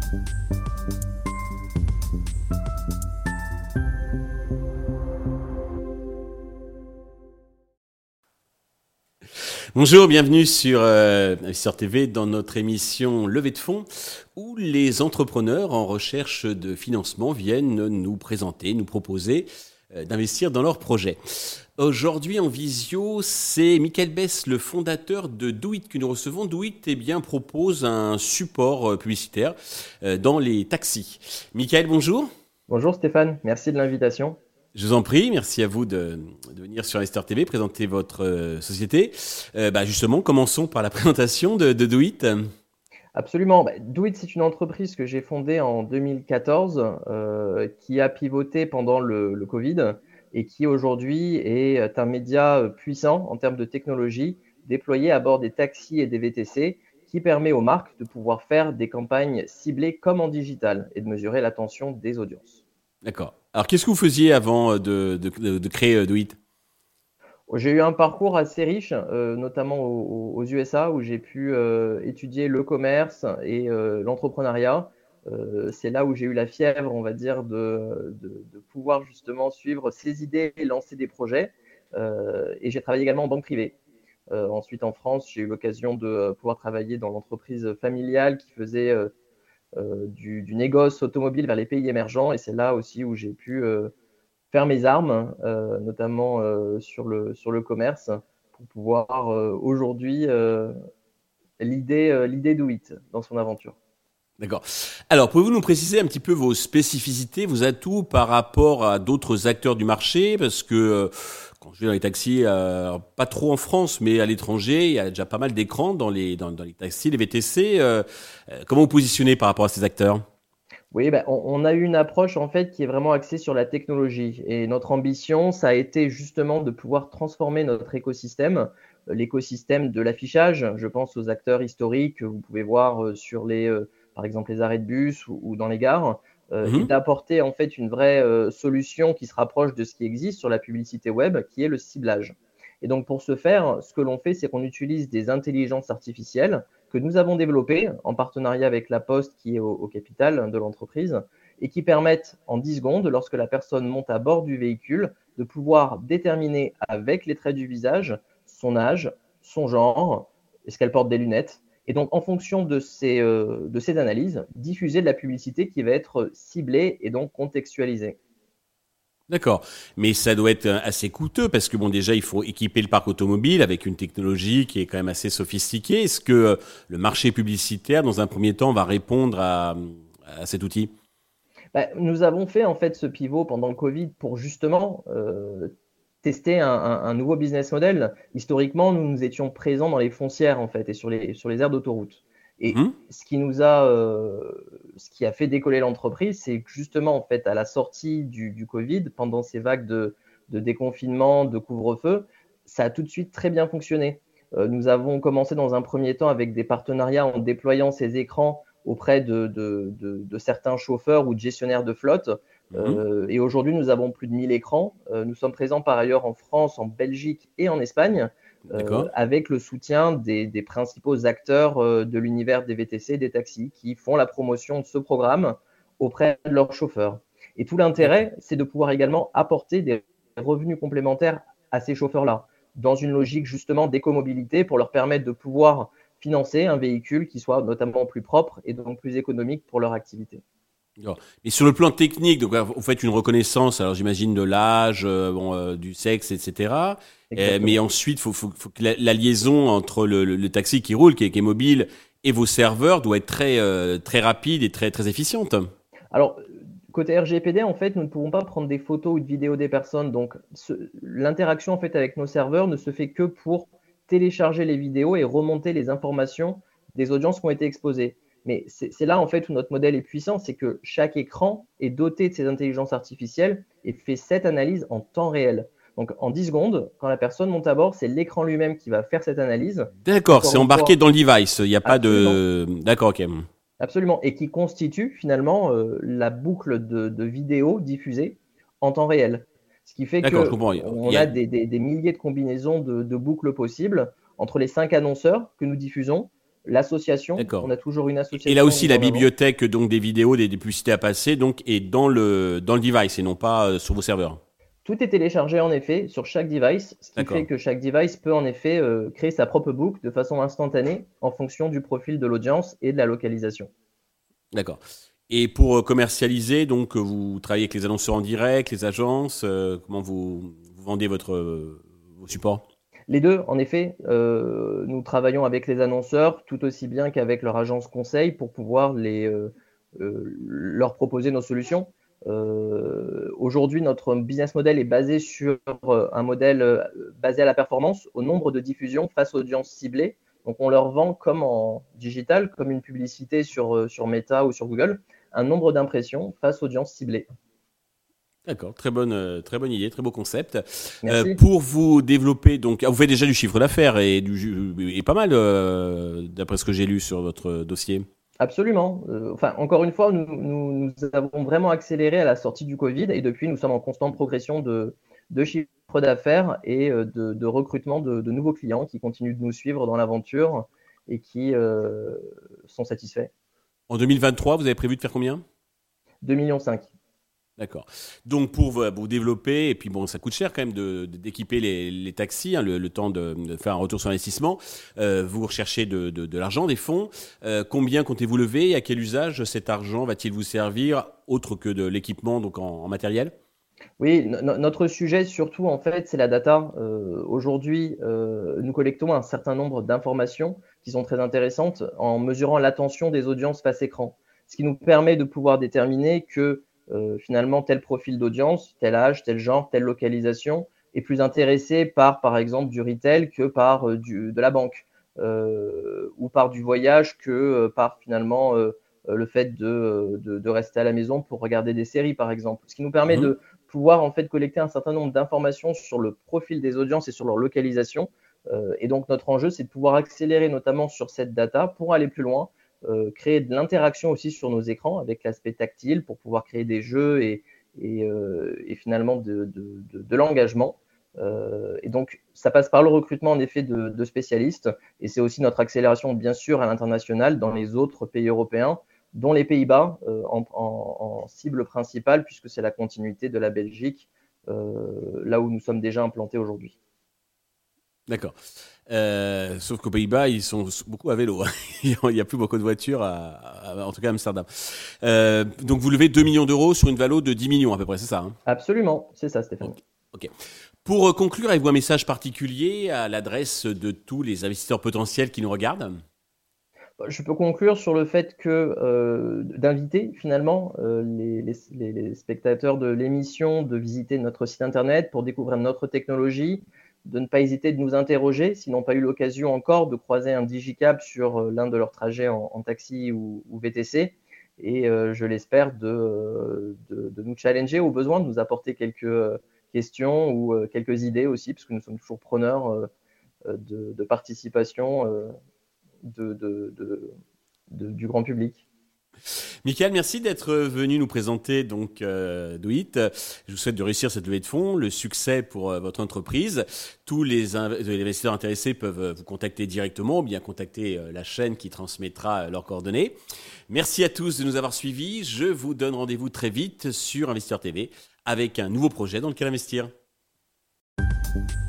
Bonjour, bienvenue sur Investisseur TV dans notre émission Levée de fonds où les entrepreneurs en recherche de financement viennent nous présenter, nous proposer d'investir dans leurs projets. Aujourd'hui en visio, c'est Michael Bess, le fondateur de Doit que nous recevons. Doit propose un support publicitaire dans les taxis. Michael, bonjour. Bonjour Stéphane, merci de l'invitation. Je vous en prie, merci à vous de venir sur Investisseur TV, présenter votre société. Justement, commençons par la présentation de Doit. Absolument. Doit, c'est une entreprise que j'ai fondée en 2014, qui a pivoté pendant le Covid et qui aujourd'hui est un média puissant en termes de technologie, déployé à bord des taxis et des VTC, qui permet aux marques de pouvoir faire des campagnes ciblées comme en digital et de mesurer l'attention des audiences. D'accord. Alors, qu'est-ce que vous faisiez avant de créer Doit ? J'ai eu un parcours assez riche, notamment aux USA, où j'ai pu étudier le commerce et l'entrepreneuriat. C'est là où j'ai eu la fièvre, on va dire, de pouvoir justement suivre ces idées et lancer des projets. Et j'ai travaillé également en banque privée. Ensuite, en France, j'ai eu l'occasion de pouvoir travailler dans l'entreprise familiale qui faisait du négoce automobile vers les pays émergents. Et c'est là aussi où j'ai pu faire mes armes, notamment sur le commerce, pour pouvoir aujourd'hui l'idée Doit dans son aventure. D'accord. Alors, pouvez-vous nous préciser un petit peu vos spécificités, vos atouts par rapport à d'autres acteurs du marché ? Parce que quand je vais dans les taxis, pas trop en France, mais à l'étranger, il y a déjà pas mal d'écrans dans les taxis, les VTC. Comment vous positionnez par rapport à ces acteurs ? Oui, on a eu une approche en fait qui est vraiment axée sur la technologie. Et notre ambition, ça a été justement de pouvoir transformer notre écosystème, l'écosystème de l'affichage. Je pense aux acteurs historiques que vous pouvez voir sur par exemple, les arrêts de bus ou dans les gares, et d'apporter en fait une vraie solution qui se rapproche de ce qui existe sur la publicité web, qui est le ciblage. Et donc pour ce faire, ce que l'on fait, c'est qu'on utilise des intelligences artificielles que nous avons développées en partenariat avec La Poste, qui est au capital de l'entreprise, et qui permettent en 10 secondes, lorsque la personne monte à bord du véhicule, de pouvoir déterminer avec les traits du visage son âge, son genre, est-ce qu'elle porte des lunettes, et donc en fonction de ces analyses, diffuser de la publicité qui va être ciblée et donc contextualisée. D'accord, mais ça doit être assez coûteux parce que déjà il faut équiper le parc automobile avec une technologie qui est quand même assez sophistiquée. Est-ce que le marché publicitaire, dans un premier temps, va répondre à cet outil ? Nous avons fait en fait ce pivot pendant le Covid pour justement tester un nouveau business model. Historiquement, nous étions présents dans les foncières en fait et sur les aires d'autoroute. Et ce qui a fait décoller l'entreprise, c'est que justement en fait à la sortie du Covid, pendant ces vagues de déconfinement, de couvre-feu, ça a tout de suite très bien fonctionné. Nous avons commencé dans un premier temps avec des partenariats en déployant ces écrans auprès de certains chauffeurs ou de gestionnaires de flotte. Et aujourd'hui, nous avons plus de 1000 écrans. Nous sommes présents par ailleurs en France, en Belgique et en Espagne, avec le soutien des principaux acteurs de l'univers des VTC et des taxis qui font la promotion de ce programme auprès de leurs chauffeurs. Et tout l'intérêt, c'est de pouvoir également apporter des revenus complémentaires à ces chauffeurs-là, dans une logique justement d'écomobilité pour leur permettre de pouvoir financer un véhicule qui soit notamment plus propre et donc plus économique pour leur activité. Et sur le plan technique, donc vous faites une reconnaissance, alors j'imagine de l'âge, du sexe, etc. Mais ensuite, faut que la liaison entre le taxi qui roule, qui est mobile, et vos serveurs doit être très rapide et très très efficiente. Alors, côté RGPD, en fait, nous ne pouvons pas prendre des photos ou de vidéos des personnes. Donc, l'interaction en fait avec nos serveurs ne se fait que pour télécharger les vidéos et remonter les informations des audiences qui ont été exposées. Mais c'est là en fait où notre modèle est puissant, c'est que chaque écran est doté de ces intelligences artificielles et fait cette analyse en temps réel. Donc en 10 secondes, quand la personne monte à bord, c'est l'écran lui-même qui va faire cette analyse. D'accord, c'est embarqué dans le device, il n'y a pas de... D'accord, ok. Absolument, et qui constitue finalement la boucle de vidéos diffusées en temps réel. Ce qui fait qu'on a des milliers de combinaisons de boucles possibles entre les 5 annonceurs que nous diffusons, L'association, D'accord. on a toujours une association. Et là aussi, mise la en avant. bibliothèque donc des vidéos, des publicités à passer, donc est dans le device et non pas sur vos serveurs. Tout est téléchargé en effet sur chaque device, ce qui fait D'accord. que chaque device peut en effet créer sa propre boucle de façon instantanée en fonction du profil de l'audience et de la localisation. D'accord. Et pour commercialiser, donc vous travaillez avec les annonceurs en direct, les agences, comment vous vendez vos supports? Les deux, en effet, nous travaillons avec les annonceurs tout aussi bien qu'avec leur agence conseil pour pouvoir leur proposer nos solutions. Aujourd'hui, notre business model est basé sur un modèle basé à la performance, au nombre de diffusions face aux audiences ciblées. Donc, on leur vend comme en digital, comme une publicité sur Meta ou sur Google, un nombre d'impressions face aux audiences ciblées. D'accord, très bonne idée, très beau concept. Merci. Pour vous développer, donc, vous faites déjà du chiffre d'affaires et pas mal, d'après ce que j'ai lu sur votre dossier. Absolument. Enfin, encore une fois, nous avons vraiment accéléré à la sortie du Covid et depuis, nous sommes en constante progression de chiffre d'affaires et de recrutement de nouveaux clients qui continuent de nous suivre dans l'aventure et qui sont satisfaits. En 2023, vous avez prévu de faire combien? 2,5 millions. D'accord. Donc pour vous développer, et puis bon, ça coûte cher quand même d'équiper les taxis, hein, le temps de faire un retour sur investissement. Vous recherchez de l'argent, des fonds. Combien comptez-vous lever et à quel usage cet argent va-t-il vous servir autre que de l'équipement, donc en matériel? Oui, notre sujet surtout en fait, c'est la data. Aujourd'hui, nous collectons un certain nombre d'informations qui sont très intéressantes en mesurant l'attention des audiences face écran, ce qui nous permet de pouvoir déterminer que finalement tel profil d'audience, tel âge, tel genre, telle localisation est plus intéressé par exemple du retail que par de la banque ou par du voyage que par finalement le fait de rester à la maison pour regarder des séries par exemple. Ce qui nous permet Mhm. de pouvoir en fait collecter un certain nombre d'informations sur le profil des audiences et sur leur localisation. Et donc notre enjeu, c'est de pouvoir accélérer notamment sur cette data pour aller plus loin, créer de l'interaction aussi sur nos écrans avec l'aspect tactile pour pouvoir créer des jeux et finalement de l'engagement. Et donc ça passe par le recrutement en effet de spécialistes et c'est aussi notre accélération bien sûr à l'international dans les autres pays européens dont les Pays-Bas en cible principale, puisque c'est la continuité de la Belgique, là où nous sommes déjà implantés aujourd'hui. D'accord. Sauf qu'aux Pays-Bas, ils sont beaucoup à vélo. Il n'y a plus beaucoup de voitures, en tout cas à Amsterdam. Donc vous levez 2 millions d'euros sur une valo de 10 millions à peu près, c'est ça, hein? Absolument, c'est ça Stéphane. Ok. Pour conclure, avez-vous un message particulier à l'adresse de tous les investisseurs potentiels qui nous regardent? Je peux conclure sur le fait que d'inviter finalement les spectateurs de l'émission de visiter notre site internet pour découvrir notre technologie, de ne pas hésiter de nous interroger s'ils n'ont pas eu l'occasion encore de croiser un digicab sur l'un de leurs trajets en taxi ou VTC et je l'espère de nous challenger au besoin, de nous apporter quelques questions ou quelques idées aussi, parce que nous sommes toujours preneurs de participation du grand public. Michael, merci d'être venu nous présenter donc Do-It. Je vous souhaite de réussir cette levée de fonds, le succès pour votre entreprise. Tous les investisseurs intéressés peuvent vous contacter directement ou bien contacter la chaîne qui transmettra leurs coordonnées. Merci à tous de nous avoir suivis. Je vous donne rendez-vous très vite sur Investisseur TV avec un nouveau projet dans lequel investir.